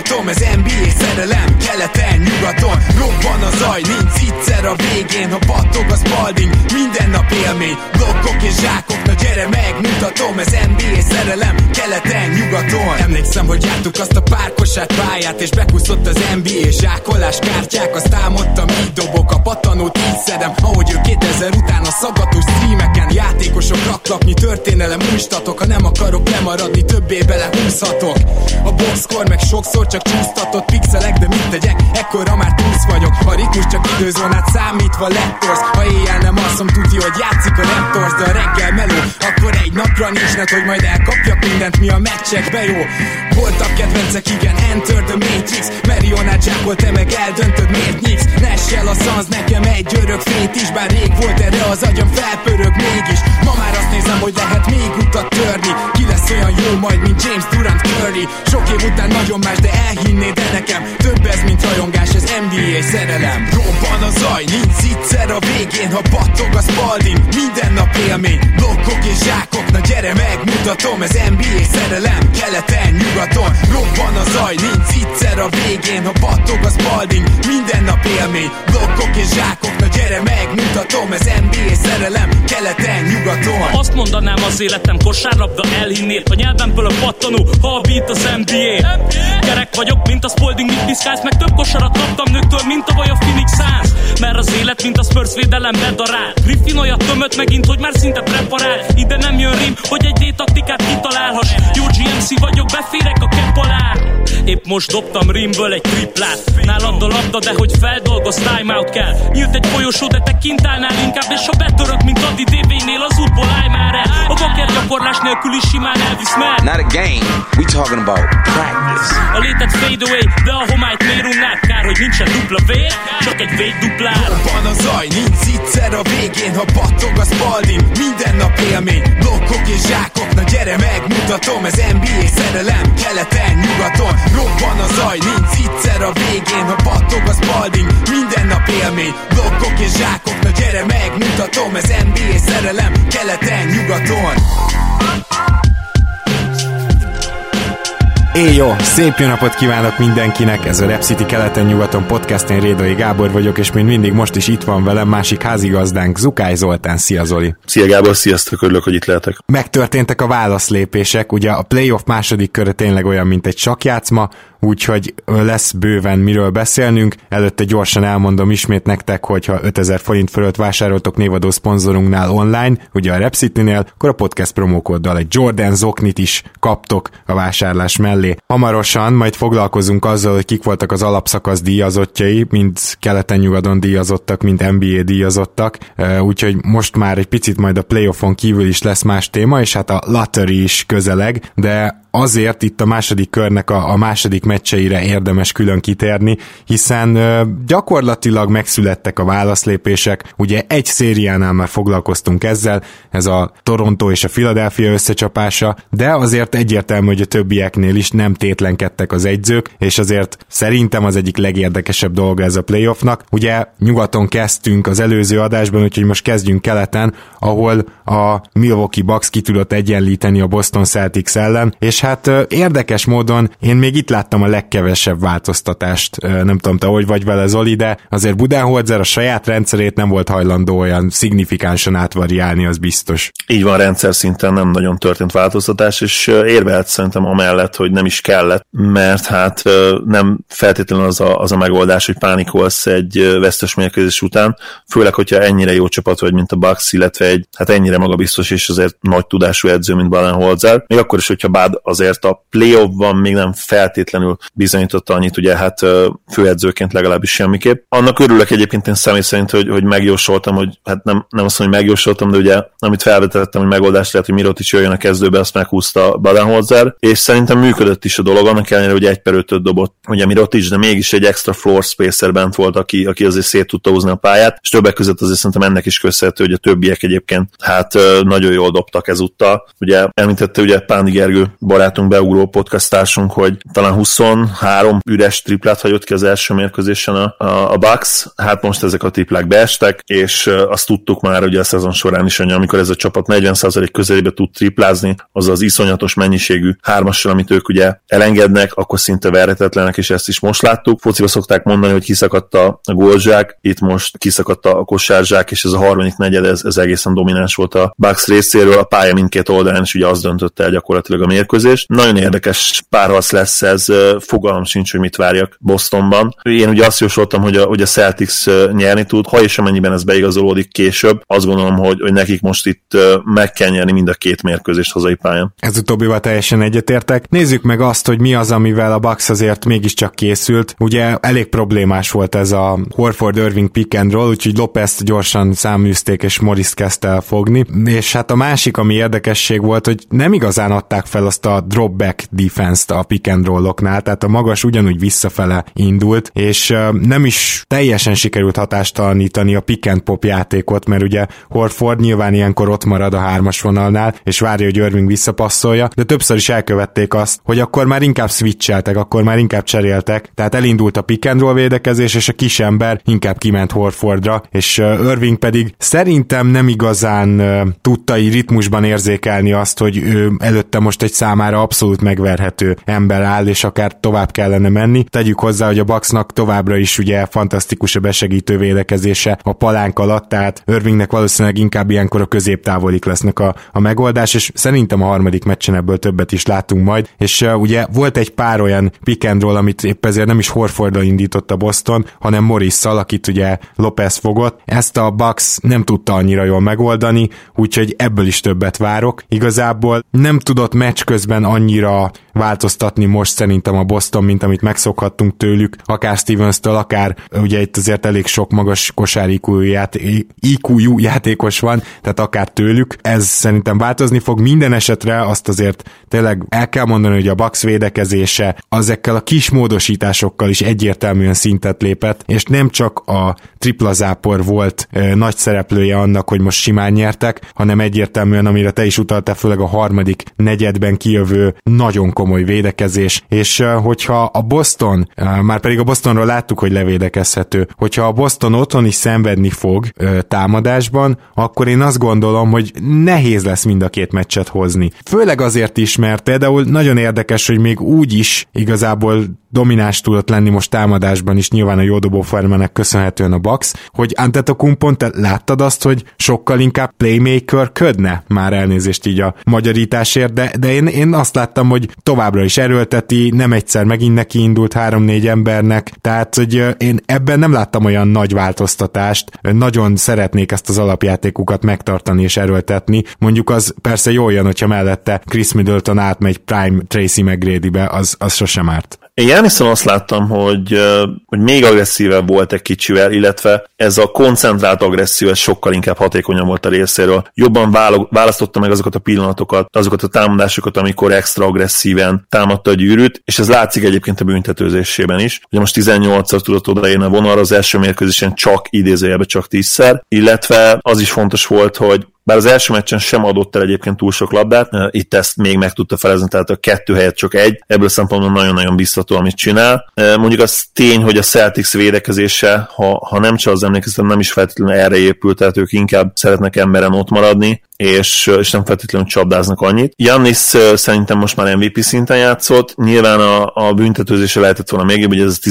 mutatom, ez NBA szerelem, keleten, nyugaton. Robban a zaj, nincs egyszer a végén. Ha battog a Spalding, minden nap élmény. Blokkok és zsákok, na gyere megmutatom, ez NBA szerelem, keleten, nyugaton. Emlékszem, hogy jártuk azt a párkosát pályát, és bekúszott az NBA zsákolás kártyák. Azt álmodtam, így dobok a patanót, így szedem, ahogy ő 2000 után a szaggatós streameken. Játékosok, raklapnyi, történelem, újstatok. Ha nem akarok lemaradni, többé belehúzhatok. A boxkor meg sokszor csak csúsztatott pixelek, de mit tegyek, ekkora már túsz vagyok. A ritmus csak időzónát számítva lettorsz. Ha éjjel nem alszom, tudja, hogy játszik a Raptors, de a reggel meló, akkor egy napra nincs net, hogy majd elkapjak mindent, mi a meccsekbe jó. Voltak kedvencek, igen, Enter the Matrix. Marionát zsákol, te meg eldöntöd, miért nyíksz. Nessel a szansz, nekem egy örök fét is. Bár rég volt erre az agyam, felpörög mégis. Ma már azt nézem, hogy lehet még utat törni. Ki lesz olyan jó majd, mint James Durant, Curry. Sok év után nagyon más, de elhinnéd de nekem. Több ez, mint rajongás, ez NBA szerelem. Robban a zaj, nincs egyszer a végén. Ha battog a Spalding, minden nap élmény. Blokkok és zsákok, na gyere megmutatom, ez NBA szerelem, keleten, nyugaton. Robban a zaj, nincs egyszer a végén. Ha battog a Spalding, minden nap élmény. Blokkok és zsákok, na gyere megmutatom, ez NBA szerelem, keleten, nyugaton. Azt mondanám, az életem kosárlabda, elhinnél. A nyelvemből a pattanó, ha a beat az NBA. Gyerek vagyok, mint a Spalding, mit piszkálsz. Meg több kosarat kaptam nőktől, mint tavaly a Phoenix Suns. Mert az élet, mint a Spurs védelem bedarál. Griffin olyat tömött megint, hogy már szinte preparál. Ide nem jön rím, hogy egy D-taktikát kitalálhass. Jó GMC vagyok, beférek a kepp alá. Épp most dobtam rimből egy triplát. Nálad a labda, de hogy feldolgoz, timeout kell. Nyílt egy folyosó, de te kint állnál inkább. És ha betörök, mint Adi DB-nél, az útból állj már el. A baker gyakorlás nélkül is simán elvisz meg. Not a game, we talking about practice. A létet fade away, de a homályt miért unnád? Kár, hogy nincsen dupla vér, csak egy véd duplár. Robban a zaj, nincs egyszer a végén. Ha battog a Spalding, minden nap élmény. Blokkok és zsákok, na gyere megmutatom, ez NBA szerelem, keleten, nyugaton. Robban a zaj, nincs egyszer a végén. Ha battog a Spalding, minden nap élmény. Blokkok és zsákok, na gyere megmutatom, ez NBA szerelem, keleten, nyugaton. Jó, szép jó napot kívánok mindenkinek, ez a Rap City keleten-nyugaton podcast, én Rédai Gábor vagyok, és mint mindig most is itt van velem másik házigazdánk, Zukály Zoltán. Szia Zoli! Szia Gábor, sziasztok, örülök, hogy itt lehetek. Megtörténtek a válaszlépések, ugye a playoff második köre tényleg olyan, mint egy sakkjátszma, úgyhogy lesz bőven miről beszélnünk. Előtte gyorsan elmondom ismét nektek, hogy ha 5000 forint fölött vásároltok névadó szponzorunknál online, ugye a Rap City-nél, akkor a podcast promókóddal egy Jordan zoknit is kaptok a vásárlás mellé. Hamarosan majd foglalkozunk azzal, hogy kik voltak az alapszakasz díjazottjai, mind keleten-nyugaton díjazottak, mind NBA díjazottak, úgyhogy most már egy picit majd a playoffon kívül is lesz más téma, és hát a lottery is közeleg, de azért itt a második körnek a második meccseire érdemes külön kitérni, hiszen gyakorlatilag megszülettek a válaszlépések, ugye egy szériánál már foglalkoztunk ezzel, ez a Toronto és a Philadelphia összecsapása, de azért egyértelmű, hogy a többieknél is nem tétlenkedtek az egyzők, és azért szerintem az egyik legérdekesebb dolga ez a playoffnak. Ugye nyugaton kezdtünk az előző adásban, úgyhogy most kezdjünk keleten, ahol a Milwaukee Bucks ki tudott egyenlíteni a Boston Celtics ellen, és hát érdekes módon én még itt láttam a legkevesebb változtatást. Nem tudom, te hogy vagy vele, Zoli, de azért Budenholzer a saját rendszerét nem volt hajlandó olyan szignifikánsan átvariálni, az biztos. Így van, rendszer szinten nem nagyon történt változtatás, és érvehet szerintem amellett, hogy nem is kellett, mert hát nem feltétlenül az a megoldás, hogy pánikolsz egy vesztes mérkőzés után, főleg, hogyha ennyire jó csapat vagy, mint a Bucks, illetve egy hát ennyire magabiztos és azért nagy tudású edző, mint Budenholzer. Még akkor is, hogyha Bud azért a playoffban még nem feltétlenül bizonyította annyit, ugye hát főedzőként legalábbis semmiképp. Annak örülök egyébként én személy szerint, hogy megjósoltam, hogy hát nem azt mondom, hogy megjósoltam, de ugye amit felvetettem, hogy megoldás lehet, hogy Mirotic jöjjön a kezdőbe, azt meghúzta Budenholzer, és szerintem működött is a dolog, annak ellenére, hogy 1/5-öt dobott ugye Mirotic, de mégis egy extra floor spacer bent volt, aki azért szét tudta húzni a pályát, és többek között azért szerintem ennek is köszönhető, hogy a többiek egyébként hát nagyon jól dobtak ezúttal. Ugye említette ugye Pándi Gergő barátunk, beugró podcastársunk, hogy talán 23 üres triplát hagyott ki az első mérkőzésen a Bucks, hát most ezek a triplák beestek, és azt tudtuk már ugye a szezon során is, hogy amikor ez a csapat 40% közelébe tud triplázni, az az iszonyatos mennyiségű hármassal, amit ők ugye elengednek, akkor szinte verhetetlenek, és ezt is most láttuk. Fociba szokták mondani, hogy kiszakadt a gólzsák, itt most kiszakadt a kosárzsák, és ez a harmadik negyed, ez egészen domináns volt a Bucks részéről, a pálya mindkét oldalán, és ugye az döntötte el gyakorlatilag a mérkőzést. Nagyon érdekes párharc lesz ez, fogalmam sincs, hogy mit várjak Bostonban. Én ugye azt jósoltam, hogy a Celtics nyerni tud, ha és amennyiben ez beigazolódik később, azt gondolom, hogy nekik most itt meg kell nyerni mind a két mérkőzést hazai pályán. Ez utóbbival teljesen egyetértek. Nézzük meg azt, hogy mi az, amivel a Bucks azért mégiscsak készült. Ugye elég problémás volt ez a Horford-Irving pick and roll, úgyhogy Lopez-t gyorsan száműzték, és Morris kezdte el fogni. És hát a másik, ami érdekesség volt, hogy nem igazán adták fel azt a drop-back defense-t a pick and roll-oknál, tehát a magas ugyanúgy visszafele indult, és nem is teljesen sikerült hatástalanítani a pick and pop játékot, mert ugye Horford nyilván ilyenkor ott marad a hármas vonalnál, és várja, hogy Irving visszapasszolja, de többször is elkövették azt, hogy akkor már inkább switcheltek, akkor már inkább cseréltek, tehát elindult a pick and roll védekezés, és a kis ember inkább kiment Horfordra, és Irving pedig szerintem nem igazán tudta így ritmusban érzékelni azt, hogy ő előtte most egy számára abszolút megverhető ember áll, és akár tovább kellene menni. Tegyük hozzá, hogy a Bucksnak továbbra is ugye fantasztikus a besegítő védekezése a palánk alatt, tehát Irvingnek valószínűleg inkább ilyenkor a középtávolik lesznek a megoldás, és szerintem a harmadik meccsen ebből többet is látunk majd, és ugye volt egy pár olyan pick and roll, amit épp ezért nem is Horfordra indított a Boston, hanem Morrisszal, akit ugye Lopez fogott. Ezt a Bucks nem tudta annyira jól megoldani, úgyhogy ebből is többet várok. Igazából nem tudott meccs közben annyira változtatni most szerintem a Boston, mint amit megszokhattunk tőlük, akár Stevens-től, akár ugye itt azért elég sok magas kosár IQ-jú játékos van, tehát akár tőlük. Ez szerintem változni fog. Minden esetre azt azért tényleg el kell mondani, hogy a Bucks védekezése ezekkel a kis módosításokkal is egyértelműen szintet lépett, és nem csak a tripla zápor volt nagy szereplője annak, hogy most simán nyertek, hanem egyértelműen, amire te is utaltál, főleg a harmadik negyedben kijövő nagyon komoly védekezés, és hogyha a Boston, már pedig a Bostonról láttuk, hogy levédekezhető, hogyha a Boston otthon is szenvedni fog támadásban, akkor én azt gondolom, hogy nehéz lesz mind a két meccset hozni. Főleg azért is, mert például nagyon érdekes, hogy még úgy is igazából domináns tudott lenni most támadásban is, nyilván a jó dobóformának köszönhetően a Bucks, hogy Antetokounmpon, te láttad azt, hogy sokkal inkább playmaker-ködne, már elnézést így a magyarításért, de én azt láttam, hogy továbbra is erőlteti, nem egyszer megint neki indult 3-4 embernek, tehát hogy én ebben nem láttam olyan nagy változtatást, nagyon szeretnék ezt az alapjátékukat megtartani és erőltetni, mondjuk az persze jól jön, hogyha mellette Chris Middleton átmegy Prime Tracy McGrady-be, az sosem árt. Én Giannison azt láttam, hogy még agresszívebb volt egy kicsivel, illetve ez a koncentrált agresszió, ez sokkal inkább hatékonyabb volt a részéről. Jobban választotta meg azokat a pillanatokat, azokat a támadásokat, amikor extra agresszíven támadta a gyűrűt, és ez látszik egyébként a büntetőzésében is. Ugye most 18-szor tudott odaérni a vonalra, az első mérkőzésen csak idézőjelben csak 10-szer, illetve az is fontos volt, hogy bár az első meccsen sem adott el egyébként túl sok labdát, itt ezt még meg tudta felezni, tehát a 2 helyett csak 1, ebből szempontból nagyon-nagyon biztató, amit csinál. Mondjuk az tény, hogy a Celtics védekezése, ha nem csak az emlékeztem, nem is feltétlenül erre épült, tehát ők inkább szeretnek emberen ott maradni, és nem feltétlenül csapdáznak annyit. Giannis szerintem most már MVP szinten játszott, nyilván a büntetőzése lehetett volna még jobb, hogy ez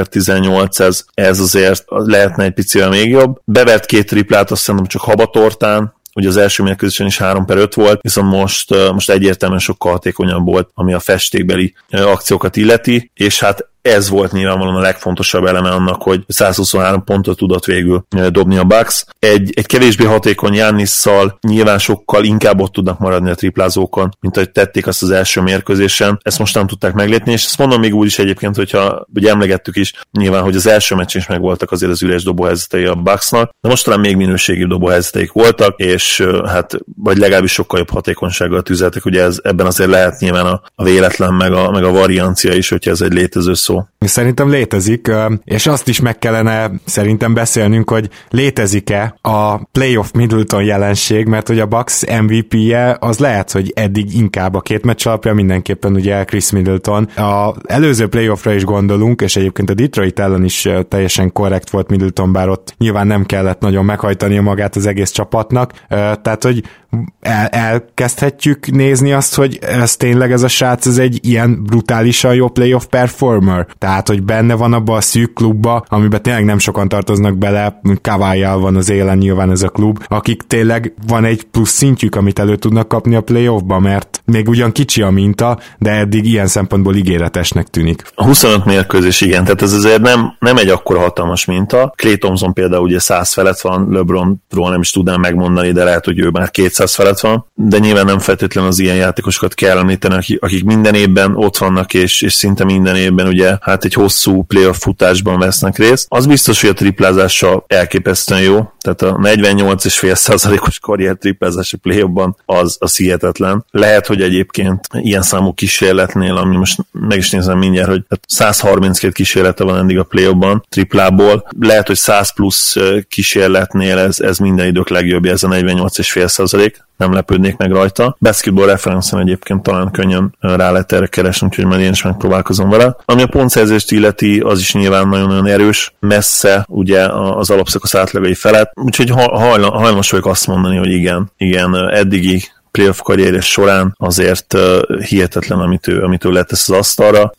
13/18, ez azért lehetne egy picivel még jobb. Bevert 2 triplát, azt szerintem csak habatortán, ugye az első mérkőzésen is 3/5 volt, viszont most egyértelműen sokkal hatékonyabb volt, ami a festékbeli akciókat illeti, és hát ez volt nyilvánvalóan a legfontosabb eleme annak, hogy 123 pontot tudott végül dobni a Bucks. Egy kevésbé hatékony Giannisszal nyilván sokkal inkább ott tudnak maradni a triplázókon, mint ahogy tették azt az első mérkőzésen. Ezt most nem tudták meglépni, és ezt mondom még úgy is egyébként, hogyha ugye emlegettük is, nyilván, hogy az első meccsen is megvoltak azért az üres dobóhelyzetei a Bucksnak, de most talán még minőségibb dobóhelyzeteik voltak, és hát vagy legalábbis sokkal jobb hatékonysággal tüzeltek, ugye ebben azért lehet nyilván a véletlen meg a variancia is, hogyha ez egy létező szó. szó. Szerintem létezik, és azt is meg kellene szerintem beszélnünk, hogy létezik-e a playoff Middleton jelenség, mert hogy a Bucks MVP-je az lehet, hogy eddig inkább a két meccs alapja mindenképpen ugye Chris Middleton. Az előző playoffra is gondolunk, és egyébként a Detroit ellen is teljesen korrekt volt Middleton, bár ott nyilván nem kellett nagyon meghajtania magát az egész csapatnak, tehát hogy elkezdhetjük nézni azt, hogy ez tényleg ez a srác, ez egy ilyen brutálisan jó playoff performer. Tehát, hogy benne van abba a szűk klubba, amiben tényleg nem sokan tartoznak bele, Kawhi-jal van az élen nyilván ez a klub, akik tényleg van egy plusz szintjük, amit elő tudnak kapni a playoffba, mert még ugyan kicsi a minta, de eddig ilyen szempontból ígéretesnek tűnik. A 25 mérkőzés, igen, tehát ez azért nem egy akkora hatalmas minta. Klay Thompson például ugye 100 felett van, LeBronról nem is tudnám megmondani, de lehet, hogy ő már 200 felett van, de nyilván nem feltétlenül az ilyen játékosokat kell említeni, akik minden évben ott vannak, és szinte minden évben ugye hát egy hosszú playoff futásban vesznek részt. Az biztos, hogy a triplázása elképesztően jó, tehát a 48,5%-os karrier triplázása playoffban az hihetetlen. Lehet, hogy egyébként ilyen számú kísérletnél, ami most meg is nézem mindjárt, hogy 132 kísérlete van eddig a playoffban triplából, lehet, hogy 100 plusz kísérletnél ez minden idők legjobbja, ez a 48,5%. Nem lepődnék meg rajta. Basketball Reference-en egyébként talán könnyen rá lehet erre keresni, úgyhogy majd én is megpróbálkozom vele. Ami a pontszerzést illeti, az is nyilván nagyon-nagyon erős, messze ugye az alapszakasz átlagai felett, úgyhogy hajlamos vagyok azt mondani, hogy igen, eddigi playoff karrierje során azért hihetetlen, amit ő letesz az asztalra.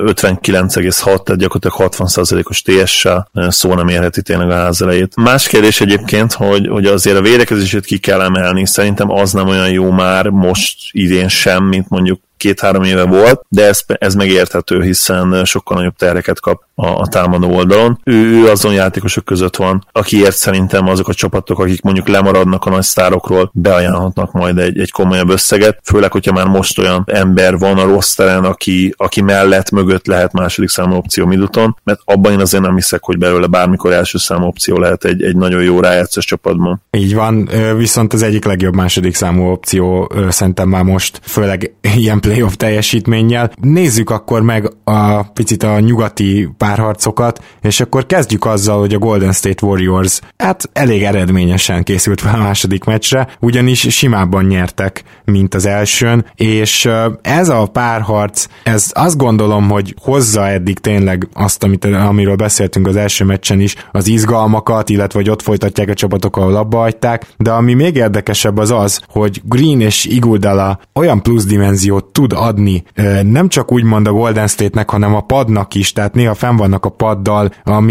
59,6, tehát gyakorlatilag 60%-os TS-sel szó nem érheti tényleg a ház elejét. Más kérdés egyébként, hogy azért a védekezését ki kell emelni. Szerintem az nem olyan jó már most idén sem, mint mondjuk 2-3 éve volt, de ez megérthető, hiszen sokkal nagyobb terheket kap a támadó oldalon. Ő azon játékosok között van, akiért szerintem azok a csapatok, akik mondjuk lemaradnak a nagy sztárokról, beajánlhatnak majd egy komolyabb összeget, főleg, hogyha már most olyan ember van a rosteren, aki mellett, mögött lehet második számú opció Middleton, mert abban én azért nem hiszek, hogy belőle bármikor első számú opció lehet egy nagyon jó rájátszás csapatban. Így van, viszont az egyik legjobb második számú opció szerintem már most, főleg ilyen playoff teljesítménnyel. Nézzük akkor meg picit a nyugati párharcokat, és akkor kezdjük azzal, hogy a Golden State Warriors elég eredményesen készült fel a második meccsre, ugyanis simábban nyertek, mint az elsőn, és ez a párharc, ez azt gondolom, hogy hozza eddig tényleg azt, amiről beszéltünk az első meccsen is, az izgalmakat, illetve hogy ott folytatják a csapatok, ahol abba hagyták, de ami még érdekesebb az, hogy Green és Iguodala olyan plusz dimenziót tud adni, nem csak úgymond a Golden State-nek, hanem a padnak is, tehát néha fenn vannak a paddal,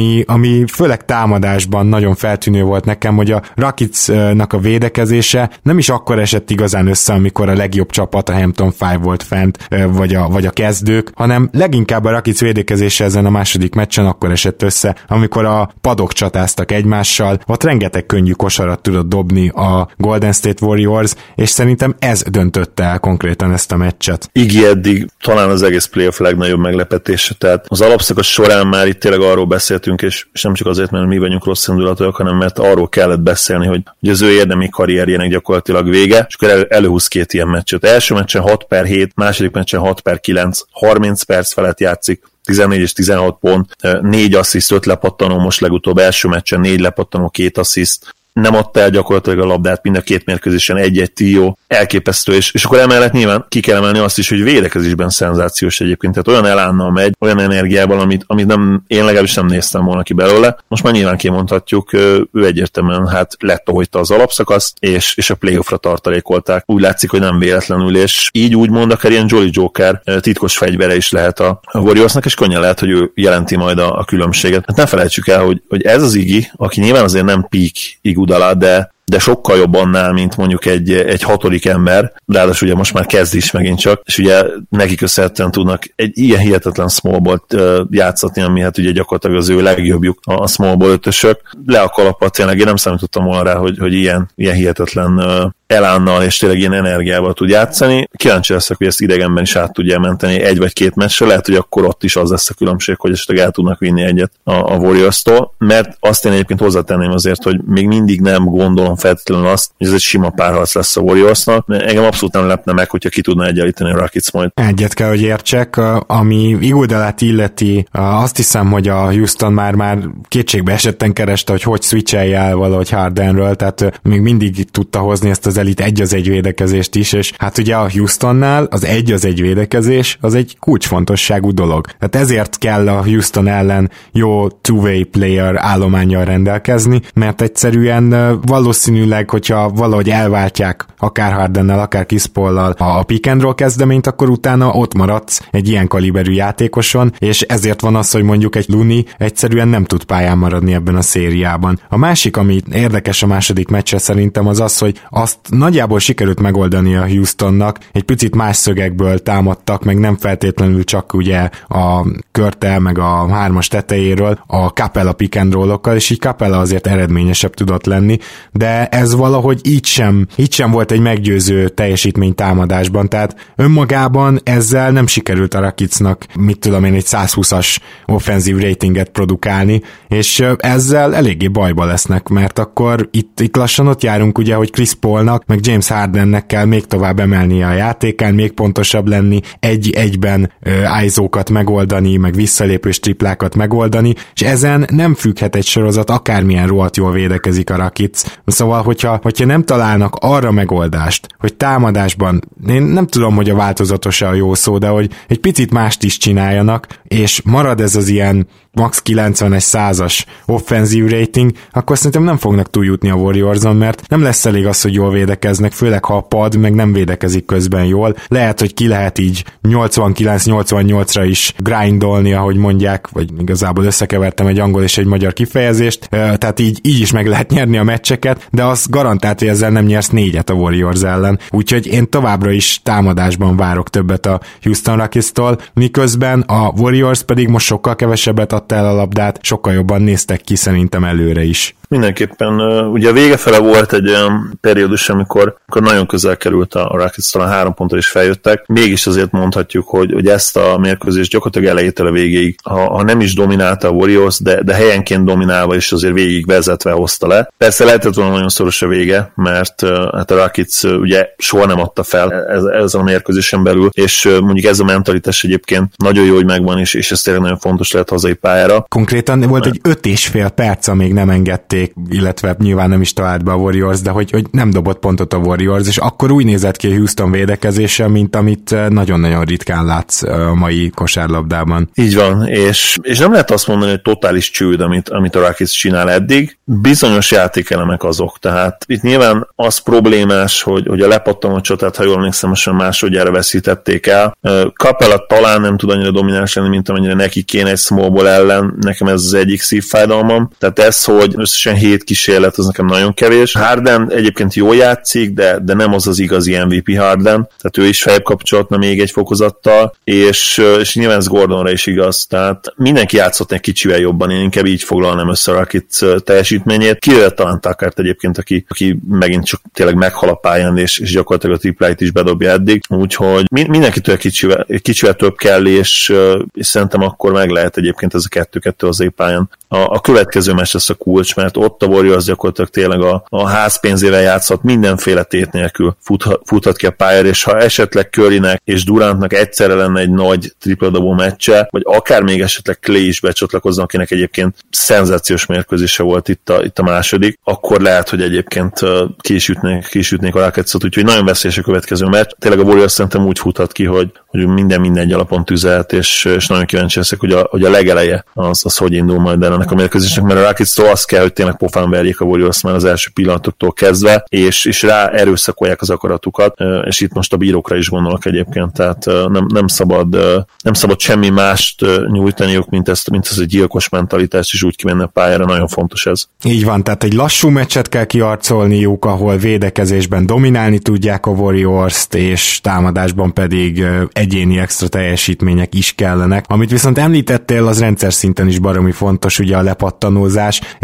ami főleg támadásban nagyon feltűnő volt nekem, hogy a Rocketsnak a védekezése nem is akkor esett igazán össze, amikor a legjobb csapat, a Hampton 5 volt fent, vagy a kezdők, hanem leginkább a Rockets védekezése ezen a második meccsen akkor esett össze, amikor a padok csatáztak egymással, ott rengeteg könnyű kosarat tudott dobni a Golden State Warriors, és szerintem ez döntötte el konkrétan ezt a meccset. Iggy eddig talán az egész playoff legnagyobb meglepetése, tehát az alapszakasz során már itt tényleg arról beszéltünk, és nem csak azért, mert mi vagyunk rossz indulatúak, hanem mert arról kellett beszélni, hogy az ő érdemi karrierjének gyakorlatilag vége, és akkor előhúz két ilyen meccset. Első meccsen 6/7, második meccsen 6/9, 30 perc felett játszik, 14 és 16 pont, 4 assziszt, 5 lepattanó, most legutóbb első meccsen 4 lepattanó, 2 assziszt, nem adta el gyakorlatilag a labdát, mind a két mérkőzésen egy-egy TO, elképesztő, és akkor emellett nyilván ki kell emelni azt is, hogy védekezésben szenzációs egyébként, tehát olyan elánnal megy, olyan energiával, amit én legalábbis nem néztem volna ki belőle. Most már nyilván kimondhatjuk, ő egyértelműen letohojta az alapszakaszt, és a playoffra tartalékolták. Úgy látszik, hogy nem véletlenül, és így úgymond akár ilyen Jolly Joker titkos fegyvere is lehet a Warriorsnak, és könnyen lehet, hogy ő jelenti majd a különbséget. Hát ne felejtsük el, hogy ez az Iggy, aki nyilván azért nem peak Iguodala, de sokkal jobb annál, mint mondjuk egy hatodik ember, ráadásul ugye most már kezd is megint csak, és ugye nekik köszönhetően tudnak egy ilyen hihetetlen small ballt játszatni, ami hát ugye gyakorlatilag az ő legjobbjuk a small ball ötösök. Le a kalapot, tényleg én nem számítottam volna rá, hogy ilyen hihetetlen elánnal és tényleg ilyen energiával tud játszani. Kíváncsi leszek, hogy ezt idegenben is át tudja menteni egy vagy két meccsre, lehet, hogy akkor ott is az lesz a különbség, hogy esetleg el tudnak vinni egyet a Warriors-tól, mert azt én egyébként hozzátenném azért, hogy még mindig nem gondolom feltétlenül azt, hogy ez egy sima párharc lesz a Warriorsnak. Engem abszolút nem lepne meg, hogyha ki tudna egyenlíteni a Rockets majd. Egyet kell, hogy értsek, ami Iguodalát illeti, azt hiszem, hogy a Houston már kétségbe esetten kereste, hogy switchelje el valahogy Hardenről, tehát még mindig tudta hozni ezt az elit 1-1 védekezést is, és hát ugye a Houstonnál az 1-1 védekezés az egy kulcsfontosságú dolog. Tehát ezért kell a Houston ellen jó two-way player állománnyal rendelkezni, mert egyszerűen valószínűleg, hogyha valahogy elváltják akár Hardennel, akár Chris Paullal a pick and roll kezdeményt, akkor utána ott maradsz egy ilyen kaliberű játékoson, és ezért van az, hogy mondjuk egy Looney egyszerűen nem tud pályán maradni ebben a szériában. A másik, ami érdekes a második meccse szerintem az, hogy azt nagyjából sikerült megoldani a Houstonnak, egy picit más szögekből támadtak, meg nem feltétlenül csak ugye a Körtel, meg a 3-as tetejéről a Capella pick and roll-okkal, és így Capella azért eredményesebb tudott lenni, de ez valahogy így sem volt egy meggyőző teljesítmény támadásban, tehát önmagában ezzel nem sikerült a Rocketsnak, mit tudom én, egy 120-as offenzív ratinget produkálni, és ezzel eléggé bajba lesznek, mert akkor itt lassan ott járunk ugye, hogy Chris Paulnak, meg James Hardennek kell még tovább emelnie a játékán, még pontosabb lenni, egy-egyben ISO-kat megoldani, meg visszalépős triplákat megoldani, és ezen nem függhet egy sorozat, akármilyen rohadt jól védekezik a Rockets. Szóval, hogyha nem találnak arra megoldást, hogy támadásban, én nem tudom, hogy a változatos a jó szó, de hogy egy picit mást is csináljanak, és marad ez az ilyen max 90-es 100-as offenzív rating, akkor szerintem nem fognak túljutni a Warriorson, mert nem lesz elég az, hogy jól védekeznek, főleg ha a pad meg nem védekezik közben jól. Lehet, hogy ki lehet így 89-88-ra is grindolni, ahogy mondják, vagy igazából összekevertem egy angol és egy magyar kifejezést, tehát így is meg lehet nyerni a meccseket, de az garantált, hogy ezzel nem nyersz 4-et a Warriors ellen. Úgyhogy én továbbra is támadásban várok többet a Houston Rockets-tól, miközben a Warriors pedig most sokkal kevesebbet adta el a labdát, sokkal jobban néztek ki szerintem előre is. Mindenképpen, ugye a vége fele volt egy olyan periódus, amikor nagyon közel került a Rockets, talán 3 pontra is feljöttek, mégis azért mondhatjuk, hogy ezt a mérkőzést gyakorlatilag elejétől a végéig, ha nem is dominálta a Warriors, de helyenként dominálva is azért végig vezetve hozta le. Persze lehetett volna nagyon szoros a vége, mert hát a Rockets ugye soha nem adta fel ezen a mérkőzésen belül, és mondjuk ez a mentalitás egyébként nagyon jó, hogy megvan, és ez tényleg nagyon fontos lehet hazai pályára. Konkrétan volt egy 5,5 perc, amíg nem engedték, illetve nyilván nem is talált be a Warriors, de hogy nem dobott pontot a Warriors, és akkor úgy nézett ki a Houston védekezése, mint amit nagyon-nagyon ritkán látsz a mai kosárlabdában. Így van, és nem lehet azt mondani, hogy totális csőd, amit a Rockets csinál eddig. Bizonyos játékelemek azok, tehát itt nyilván az problémás, hogy a lepattanó csatát, ha jól emlékszem, most másodjára veszítették el. Capella talán nem tud annyira domináns lenni, mint amennyire neki kéne egy small ball ellen, nekem ez az egyik szívfájdalmam. Tehát ez, hogy összesen 7 kísérlet, az nekem nagyon kevés. Harden egyébként jól játszik, de nem az igazi MVP Harden, tehát ő is feljebb kapcsolatna még egy fokozattal, és nyilván ez Gordonra is igaz, tehát mindenki játszott egy kicsivel jobban, én inkább így foglalnám össze a Rockets teljesítményét. Kivéve talán Tuckert egyébként, aki megint csak tényleg meghal a pályán, és gyakorlatilag a tripláit is bedobja eddig, úgyhogy mindenkitől kicsivel több kell, és szerintem akkor meg lehet egyébként ez a 2-2 az pályán. A következő meccs lesz a kulcs, mert ott a Warriors gyakorlatilag tényleg a házpénzével játszhat, mindenféle tét nélkül futhat ki a pályára, és ha esetleg Currynek és Durantnak egyszerre lenne egy nagy tripla-dobó meccse, vagy akár még esetleg Clay is becsatlakozna, akinek egyébként szenzációs mérkőzése volt itt a második, akkor lehet, hogy egyébként ki is ütnék a Rocketszot, úgyhogy nagyon veszélyes a következő meccs. Tényleg a Warriors szerintem úgy futhat ki, hogy minden alapon tüzelt, és nagyon kíváncsi leszek, hogy a legeleje az hogy indul majd el ennek a mérkőzésnek, mert a Rocketstól azt kell, hogy tényleg pofán verjék a Warriors már az első pillanatoktól kezdve, és rá erőszakolják az akaratukat, és itt most a bírókra is gondolok egyébként, tehát nem szabad semmi mást nyújtaniuk, mint ez a gyilkos mentalitást, és úgy kimenni a pályára, nagyon fontos ez. Így van, tehát egy lassú meccset kell kiarcolniuk, ahol védekezésben dominálni tudják a Warriors-t, és támadásban pedig egyéni extra teljesítmények is kellenek. Amit viszont említettél, az rendszer szinten is baromi fontos, ugye a lepattanózás, és tök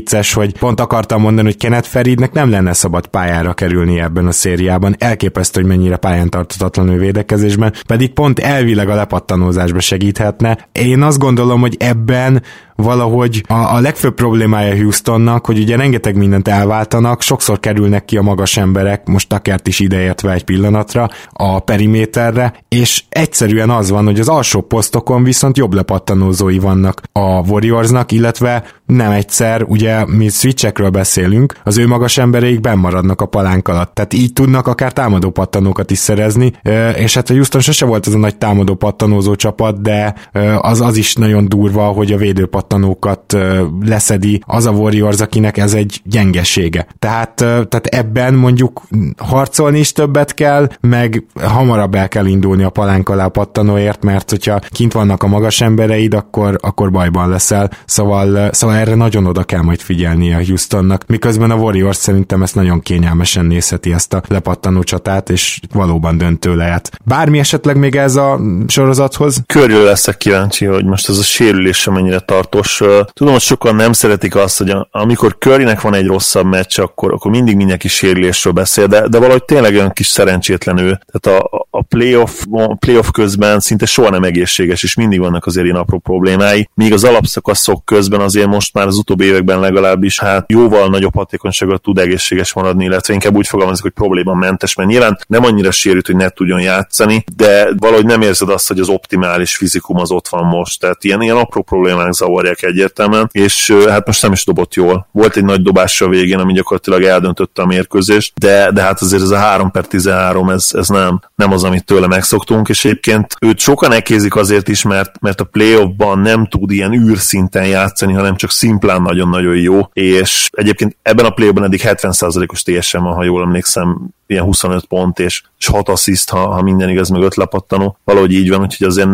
vicces, hogy pont akartam mondani, hogy Kenneth Fariednek nem lenne szabad pályára kerülni ebben a szériában. Elképesztő, hogy mennyire pályán tartatatlan ő védekezésben, pedig pont elvileg a lepattanózásba segíthetne. Én azt gondolom, hogy ebben valahogy a legfőbb problémája Houstonnak, hogy ugye rengeteg mindent elváltanak, sokszor kerülnek ki a magas emberek, most Tuckert is ideértve egy pillanatra, a periméterre, és egyszerűen az van, hogy az alsó posztokon viszont jobb lepattanózói vannak a Warriorsnak, illetve nem egyszer, ugye mi switchekről beszélünk, az ő magas embereik benn maradnak a palánk alatt, tehát így tudnak akár támadó pattanókat is szerezni, és hát a Houston sose volt az a nagy támadó pattanózó csapat, de az is nagyon durva, hogy a védőpattanókat leszedi az a Warriors, akinek ez egy gyengesége. Tehát ebben mondjuk harcolni is többet kell, meg hamarabb el kell indulni a palánk alá a pattanóért, mert hogyha kint vannak a magas embereid, akkor bajban leszel. Szóval erre nagyon oda kell majd figyelni a Houstonnak, miközben a Warriors szerintem ezt nagyon kényelmesen nézheti, ezt a lepattanó csatát, és valóban döntő lehet. Bármi esetleg még ez a sorozathoz? Körül leszek kíváncsi, hogy most ez a sérülés mennyire tartós. Tudom, hogy sokan nem szeretik azt, hogy amikor Currynek van egy rosszabb meccs, akkor mindig mindenki sérülésről beszél, de valahogy tényleg olyan kis szerencsétlen ő. Tehát a playoff közben szinte soha nem egészséges, és mindig vannak azért ilyen apró problémái. Míg az alapszakaszok közben azért most már az utóbbi években legalábbis jóval nagyobb hatékonysággal tud egészséges maradni, illetve inkább úgy fogalmazik, hogy problémamentes, mert nyilván nem annyira sérült, hogy ne tudjon játszani, de valahogy nem érzed azt, hogy az optimális fizikum az ott van most. Tehát ilyen apró problémák zavarják egyértelműen, és hát most nem is dobott jól. Volt egy nagy dobása a végén, ami gyakorlatilag eldöntötte a mérkőzést, de hát azért ez a 3/13, ez nem az, amit tőle megszoktunk, és egyébként őt sokan ekézik azért is, mert a playoffban nem tud ilyen űrszinten játszani, hanem csak szimplán nagyon-nagyon jó, és egyébként ebben a playoffban eddig 70%-os TSM van, ha jól emlékszem, ilyen 25 pont és 6 assziszt, ha minden igaz, meg 5 lepattanó. Valahogy így van, úgyhogy azért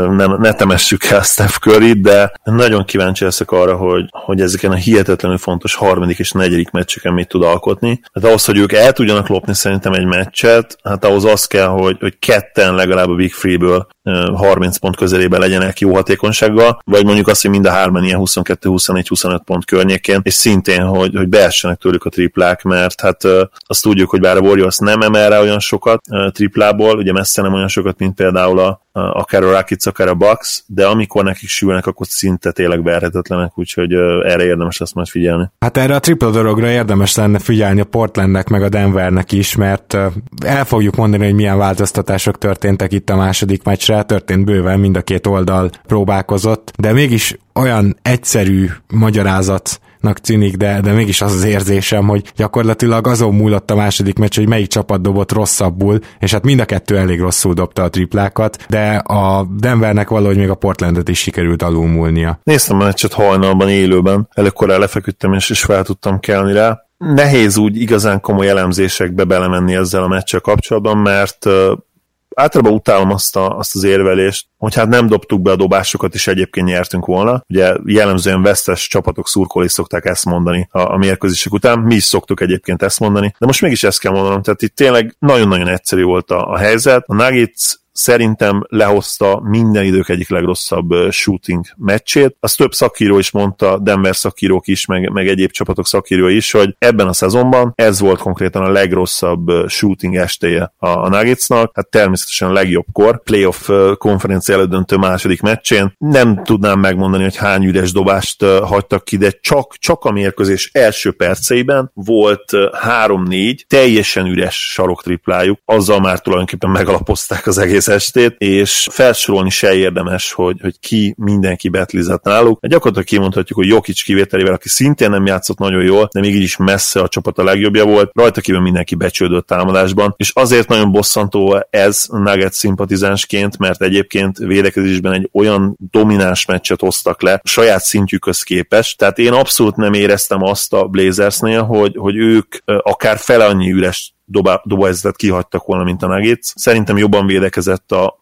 ne temessük el Steph Curryt, de nagyon kíváncsi leszek arra, hogy ezeken a hihetetlenül fontos harmadik és negyedik meccseken mit tud alkotni. Hát ahhoz, hogy ők el tudjanak lopni szerintem egy meccset, hát ahhoz az kell, hogy ketten legalább a Big Free-ből 30 pont közelében legyenek jó hatékonysággal, vagy mondjuk azt, hogy mind a hárman ilyen 22-24-25 pont környékén, és szintén, hogy beessenek tőlük a triplák, mert hát azt tudjuk, hogy bár a Warriors nem emel rá olyan sokat triplából, ugye messze nem olyan sokat, mint például akár a Rockets, akár a Bucks, de amikor nekik sülnek, akkor szinte tényleg verhetetlenek, úgyhogy erre érdemes lesz majd figyelni. Hát erre a tripla dologra érdemes lenne figyelni a Portlandnek meg a Denvernek is, mert el fogjuk mondani, hogy milyen változtatások történtek itt a második meccsre, történt bőven, mind a két oldal próbálkozott, de mégis olyan egyszerű magyarázatnak tűnik, de mégis az érzésem, hogy gyakorlatilag azon múlott a második meccs, hogy melyik csapat dobott rosszabbul, és hát mind a kettő elég rosszul dobta a triplákat, de a Denvernek valahogy még a Portlandet is sikerült alulmúlnia. Néztem a meccset hajnalban élőben, előkorán lefeküdtem és fel tudtam kelni rá. Nehéz úgy igazán komoly elemzésekbe belemenni ezzel a meccsel kapcsolatban, mert általában utálom azt az érvelést, hogy hát nem dobtuk be a dobásokat, és egyébként nyertünk volna. Ugye jellemzően vesztes csapatok szurkolói szokták ezt mondani a mérkőzések után, mi is szoktuk egyébként ezt mondani, de most mégis ezt kell mondanom, tehát itt tényleg nagyon-nagyon egyszerű volt a helyzet. A Nuggets szerintem lehozta minden idők egyik legrosszabb shooting meccsét. Azt több szakíró is mondta, Denver szakírók is, meg egyéb csapatok szakírói is, hogy ebben a szezonban ez volt konkrétan a legrosszabb shooting estéje a Nuggetsnak. Hát természetesen a legjobbkor, playoff konferencia elődöntő második meccsén. Nem tudnám megmondani, hogy hány üres dobást hagytak ki, de csak a mérkőzés első perceiben volt 3-4 teljesen üres saroktriplájuk. Azzal már tulajdonképpen megalapozták az egész estét, és felsorolni se érdemes, hogy mindenki betlizett náluk. Gyakorlatilag kimondhatjuk, hogy Jokic kivételével, aki szintén nem játszott nagyon jól, de még így is messze a csapat a legjobbja volt, rajta kívül mindenki becsődött támadásban, és azért nagyon bosszantó ez Nuggets szimpatizánsként, mert egyébként védekezésben egy olyan domináns meccset hoztak le saját szintjükhöz képest, tehát én abszolút nem éreztem azt a Blazersnél, hogy ők akár fele annyi üres dobályzatot kihagytak volna, mint a Nuggets. Szerintem jobban védekezett a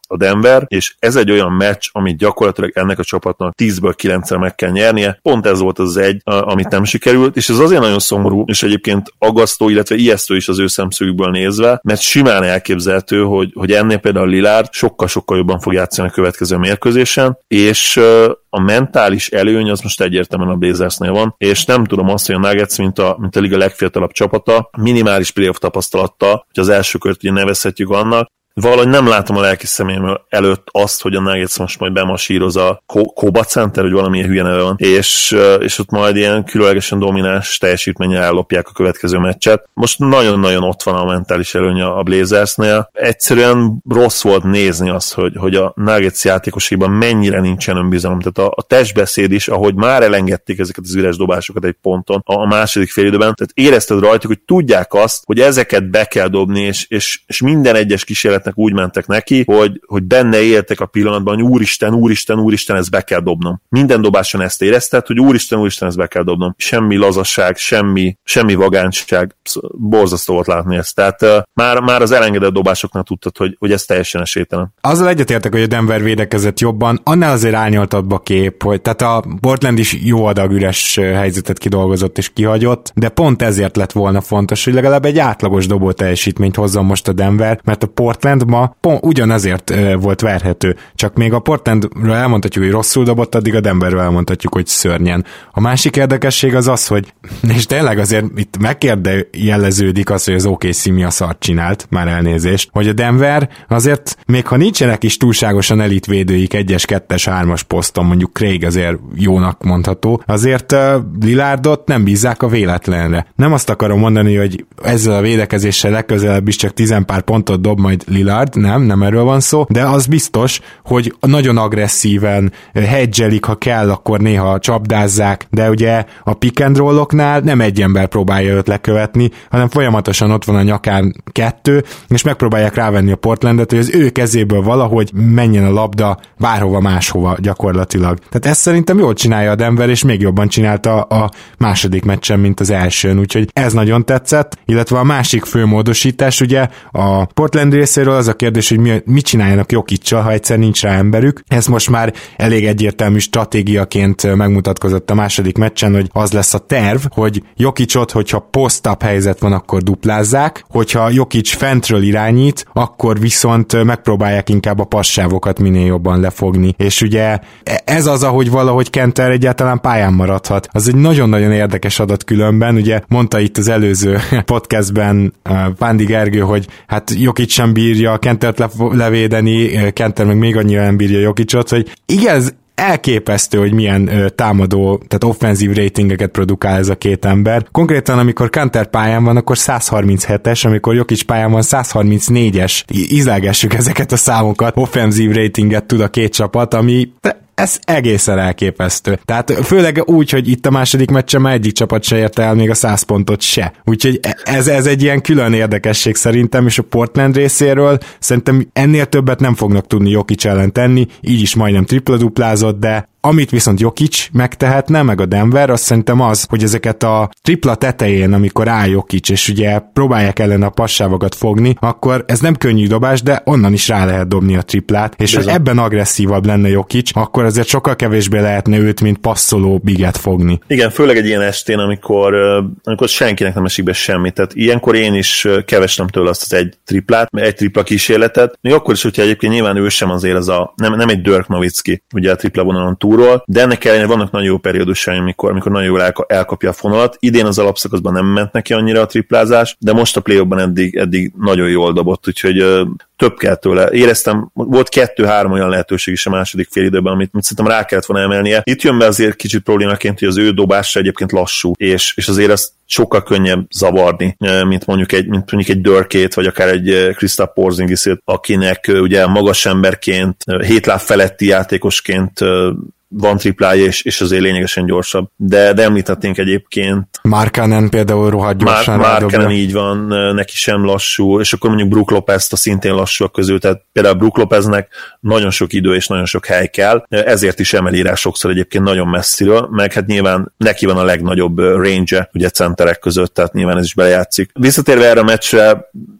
a Denver, és ez egy olyan meccs, amit gyakorlatilag ennek a csapatnak 10-ből 9-re meg kell nyernie. Pont ez volt az egy, amit nem sikerült, és ez azért nagyon szomorú, és egyébként aggasztó, illetve ijesztő is az ő szemszögükből nézve, mert simán elképzelhető, hogy ennél például Lillard sokkal-sokkal jobban fog játszani a következő mérkőzésen, és a mentális előny az most egyértelműen a Blazersnél van, és nem tudom azt, hogy a Nuggets, mint a liga legfiatalabb csapata, minimális playoff tapasztalattal, hogy az első kört ugye nevezhetjük annak, valahogy nem látom a lelki szemém előtt azt, hogy a Nuggets most majd bemasíroz a Koba Center, hogy valamilyen hülye neve van, és ott majd ilyen különlegesen domináns teljesítménnyel ellopják a következő meccset. Most nagyon-nagyon ott van a mentális előny a Blazersnél. Egyszerűen rossz volt nézni azt, hogy a Nuggets játékosaiban mennyire nincsen önbizalom. Tehát a testbeszéd is, ahogy már elengedték ezeket az üres dobásokat egy ponton a második félidőben, tehát érezted rajtuk, hogy tudják azt, hogy ezeket be kell dobni, és minden egyes kísérletnek úgy mentek neki, hogy benne éltek a pillanatban, hogy úristen, ezt be kell dobnom. Minden dobáson ezt érezted, hogy úristen, ezt be kell dobnom. Semmi lazasság, semmi vagányság, borzasztó volt látni ezt. Tehát már az elengedett dobásoknál tudtad, hogy ez teljesen esélytelen. Azzal egyetértek, hogy a Denver védekezett jobban, annál azért árnyaltabb a kép, hogy tehát a Portland is jó adag üres helyzetet kidolgozott és kihagyott, de pont ezért lett volna fontos, hogy legalább egy átlagos dobó teljesítményt hozzon most a Denver, mert a Portland ma ugyanezért volt verhető. Csak még a Portlandről elmondhatjuk, hogy rosszul dobott, addig a Denverről elmondhatjuk, hogy szörnyen. A másik érdekesség az, hogy és tényleg azért itt megkérdőjeleződik az, hogy az OKC mi a szart csinált, már elnézést, hogy a Denver azért, még ha nincsenek is túlságosan elitvédőik 1-es, 2-es, 3-as poszton, mondjuk Craig azért jónak mondható, azért Lillardot nem bízzák a véletlenre. Nem azt akarom mondani, hogy ezzel a védekezéssel legközelebb is csak 10 pár pontot dob majd Lillard, nem erről van szó, de az biztos, hogy nagyon agresszíven hedgelik, ha kell, akkor néha csapdázzák, de ugye a pick and roll-oknál nem egy ember próbálja őt lekövetni, hanem folyamatosan ott van a nyakán 2, és megpróbálják rávenni a Portlandet, hogy az ő kezéből valahogy menjen a labda bárhova máshova gyakorlatilag. Tehát ezt szerintem jól csinálja a Denver, és még jobban csinálta a második meccsen, mint az elsőn, úgyhogy ez nagyon tetszett, illetve a másik fő módosítás, ugye a Portland részéről az a kérdés, hogy mit csináljanak Jokic-sal, ha egyszer nincs rá emberük. Ez most már elég egyértelmű stratégiaként megmutatkozott a második meccsen, hogy az lesz a terv, hogy Jokicot, hogyha post-up helyzet van, akkor duplázzák, hogyha Jokic fentről irányít, akkor viszont megpróbálják inkább a passávokat minél jobban lefogni. És ugye ez az, ahogy valahogy Kanter egyáltalán pályán maradhat. Az egy nagyon-nagyon érdekes adat különben, ugye mondta itt az előző podcastben Pándi Gergő, hogy hát Jokic sem bírja Kantert levédeni, Kanter meg még annyira nem bírja Jokicot, hogy igen, elképesztő, hogy milyen támadó, tehát offenzív ratingeket produkál ez a két ember. Konkrétan, amikor Kanter pályán van, akkor 137-es, amikor Jokic pályán van 134-es. Ízlelgessük ezeket a számokat. Offenzív ratinget tud a két csapat, ami ez egészen elképesztő. Tehát főleg úgy, hogy itt a második meccsen már egyik csapat se érte el még a 100 pontot se. Úgyhogy ez egy ilyen külön érdekesség szerintem, és a Portland részéről szerintem ennél többet nem fognak tudni Jokic ellen tenni, így is majdnem tripla-duplázott, de amit viszont Jokic megtehetne, meg a Denver, azt szerintem az, hogy ezeket a tripla tetején, amikor áll Jokic, és ugye próbálják ellen a passávokat fogni, akkor ez nem könnyű dobás, de onnan is rá lehet dobni a triplát, és ha ebben agresszívabb lenne Jokic, akkor azért sokkal kevésbé lehetne őt, mint passzoló biget fogni. Igen, főleg egy ilyen estén, amikor senkinek nem esik be semmit, tehát ilyenkor én is kevesem tőle azt az egy triplát, egy tripla kísérletet, még akkor is, hogyha egyébként nyilván ő sem azért nem egy Dirk Nowitzki, ugye a tripla vonalon túlról, de ennek ellenére vannak nagyon jó periódusai, amikor nagyon jól elkapja a fonalat. Idén az alapszakaszban nem ment neki annyira a triplázás, de most a play-offban eddig nagyon jól dobott, úgyhogy több kell tőle. Éreztem, volt 2-3 olyan lehetőség is a második félidőben, amit szerintem rá kellett volna emelnie. Itt jön be azért kicsit problémaként, hogy az ő dobása egyébként lassú, és azért azt sokkal könnyebb zavarni, mint mondjuk egy Dirkét, vagy akár egy Kristaps Porzingisét, akinek ugye magas emberként, 7 láb feletti játékosként van triplája, és azért lényegesen gyorsabb. De említetténk egyébként Markkanen például rohadt gyorsan Markkanen így van, neki sem lassú, és akkor mondjuk Brook Lopez-t a szintén lassúak közül, tehát például Brook Lopeznek nagyon sok idő és nagyon sok hely kell, ezért is emeli rá sokszor egyébként nagyon messziről, meg hát nyilván neki van a legnagyobb range-e, ugye centerek között, tehát nyilván ez is belejátszik. Visszatérve erre a meccsre,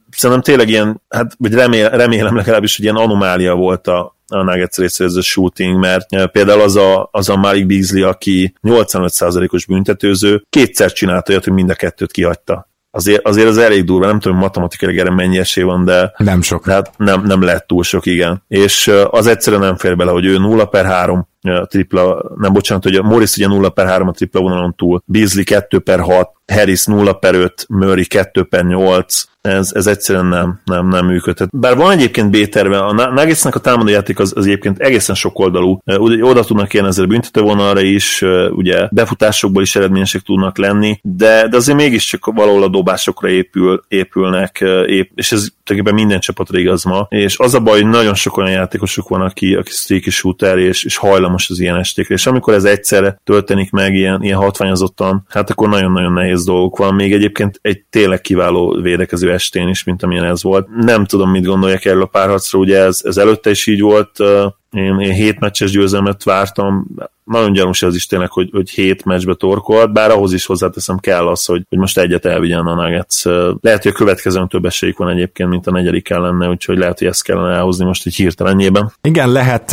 szerintem tényleg ilyen, hát vagy remélem legalábbis, hogy ilyen anomália volt a Nuggets részéről ez a shooting, mert például az a Malik Beasley, aki 85%-os büntetőző, kétszer csinálta olyat, hogy mind a kettőt kihagyta. Azért az elég durva, nem tudom, matematikailag erre mennyi esély van, de nem sok. Hát nem lett túl sok, igen. És az egyszerűen nem fér bele, hogy ő 0/3 tripla, nem bocsánat, hogy Morris ugye 0/3 a tripla vonalon túl, Beasley 2/6, Harris 0/5, Murray 2/8, ez egyszerűen nem működhet. Bár van egyébként B-terve, a Nuggetsnek a támadójáték az egyébként egészen sokoldalú. Oda tudnak érni ezzel a büntetővonalra is, ugye befutásokból is eredményesek tudnak lenni, de azért mégiscsak valahol a dobásokra épülnek, és ez tulajdonképpen minden csapatra igaz ma. És az a baj, hogy nagyon sok olyan játékosuk van, aki streaky shooter, és hajlamos az ilyen estékre. És amikor ez egyszerre történik meg ilyen hatványozottan, hát akkor nagyon-nagyon nehéz dolgok van. Még egyébként egy tényleg kiváló védekező estén is, mint amilyen ez volt. Nem tudom, mit gondolják erről a párharcra, ugye ez előtte is így volt, én 7 meccses győzelmet vártam, nagyon gyanús ez is tényleg, hogy 7 meccsbe torkolt, bár ahhoz is hozzáteszem kell az, hogy most egyet elvigyen a Nuggets. Lehet, hogy a következőn több esélyük van egyébként, mint a negyedik lenne, úgyhogy lehet, hogy ezt kellene elhozni most egy hirtelenjében. Igen, lehet.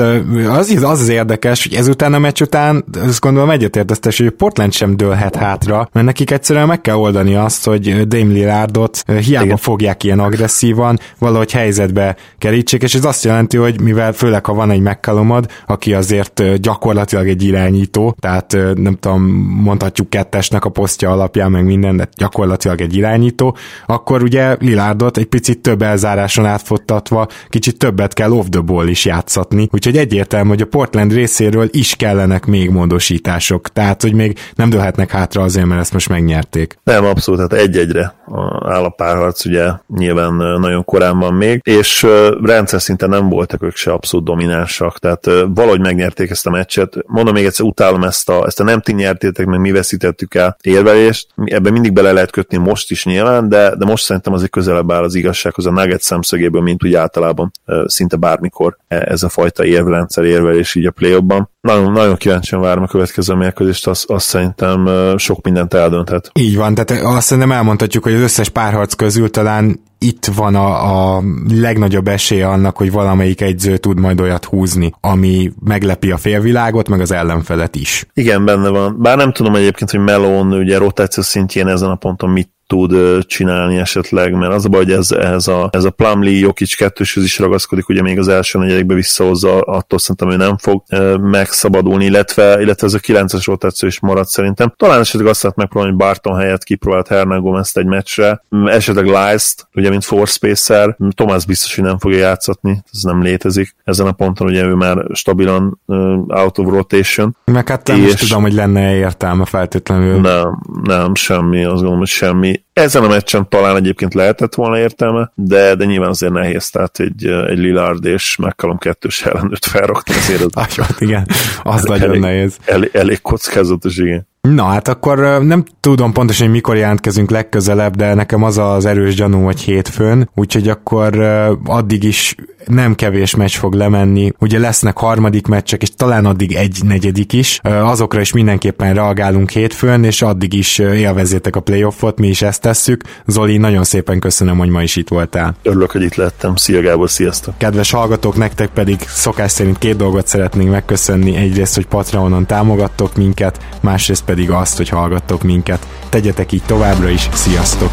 Az érdekes, hogy ezután a meccs után azt gondolom egyetérteztes, hogy Portland sem dőlhet hátra, mert nekik egyszerűen meg kell oldani azt, hogy Dame Lillardot hiába fogják ilyen agresszívan, valahogy helyzetbe kerítsék, és ez azt jelenti, hogy mivel főleg ha van egy McCollumod, aki azért gyakorlatilag egy irányító, tehát nem tudom, mondhatjuk kettesnek a posztja alapján, meg minden, de gyakorlatilag egy irányító, akkor ugye Lillardot egy picit több elzáráson átfuttatva, kicsit többet kell off the ball is játszatni, úgyhogy egyértelmű, hogy a Portland részéről is kellenek még módosítások, tehát hogy még nem dőlhetnek hátra azért, mert ezt most megnyerték. Nem, abszolút, tehát egy-egyre áll a párharc, ugye nyilván nagyon korán van még, és rendszer szinten nem voltak ők se abszolút dominánsak, tehát valahogy megnyerték ezt a meccset. Mondom még egyszer, utálom ezt a nem ti nyertétek, meg mi veszítettük el érvelést, ebben mindig bele lehet kötni most is nyilván, de most szerintem azért közelebb áll az igazsághoz a Nuggets szemszögéből, mint úgy általában szinte bármikor ez a fajta érvrendszer érvelés így a play-offban. Nagyon, nagyon kíváncsian várom a következő mérkőzést, azt szerintem sok mindent eldönthet. Így van, tehát azt szerintem elmondhatjuk, hogy az összes párharc közül talán itt van a legnagyobb esélye annak, hogy valamelyik egyző tud majd olyat húzni, ami meglepi a félvilágot, meg az ellenfelet is. Igen, benne van. Bár nem tudom egyébként, hogy Malone ugye rotáció szintjén ezen a ponton mit tud csinálni esetleg, mert az a baj, hogy ez a Plumlee Jokic kettőshöz is ragaszkodik, ugye még az első negyedikbe visszahozza, attól szerintem ő nem fog megszabadulni, illetve ez a 9-es rotáció is marad szerintem. Talán esetleg azt lehet megpróbálni, hogy Barton helyett kipróbált Hernán Gomezt egy meccsre, esetleg Lice-t, ugye mint four spacer, Thomas biztos, hogy nem fogja játszatni, ez nem létezik. Ezen a ponton ugye ő már stabilan out of rotation. Meg hát nem is tudom, hogy lenne értelme feltétlenül. Nem, semmi, azt gondolom, hogy semmi. Ezen a meccsen talán egyébként lehetett volna értelme, de nyilván azért nehéz, tehát egy Lillard és McCollum kettős ellen őt felrakni azért. Igen, az nagyon nehéz. Elég kockázatos, igen. Na hát akkor nem tudom pontosan, hogy mikor jelentkezünk legközelebb, de nekem az az erős gyanú, hogy hétfőn, úgyhogy akkor addig is nem kevés meccs fog lemenni, ugye lesznek harmadik meccsek, és talán addig egy negyedik is, azokra is mindenképpen reagálunk hétfőn, és addig is élvezzétek a playoffot, mi is ezt tesszük. Zoli, nagyon szépen köszönöm, hogy ma is itt voltál. Örülök, hogy itt lettem. Szia Gábor, sziasztok! Kedves hallgatók, nektek pedig szokás szerint 2 dolgot szeretnénk megköszönni, egyrészt, hogy Patreonon támogattok minket, másrészt pedig azt, hogy hallgattok minket. Tegyetek így továbbra is, sziasztok!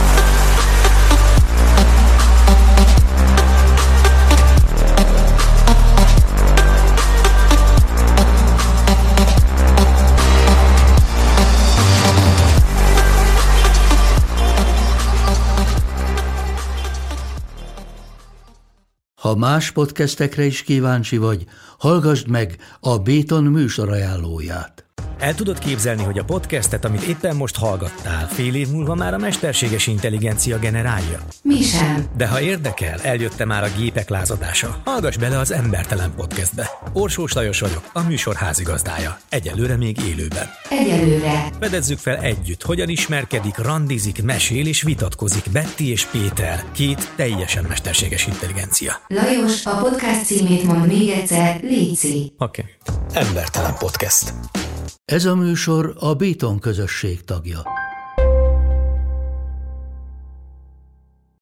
Ha más podcastekre is kíváncsi vagy, hallgassd meg a Béton műsor ajánlóját. El tudod képzelni, hogy a podcastet, amit éppen most hallgattál, fél év múlva már a mesterséges intelligencia generálja? Mi sem. De ha érdekel, eljött már a gépek lázadása. Hallgass bele az Embertelen Podcastbe. Orsós Lajos vagyok, a műsor házigazdája. Egyelőre még élőben. Egyelőre. Fedezzük fel együtt, hogyan ismerkedik, randizik, mesél és vitatkozik Betty és Péter, 2 teljesen mesterséges intelligencia. Lajos, a podcast címét mond még egyszer, léci. Oké. Embertelen Podcast. Ez a műsor a Béton közösség tagja.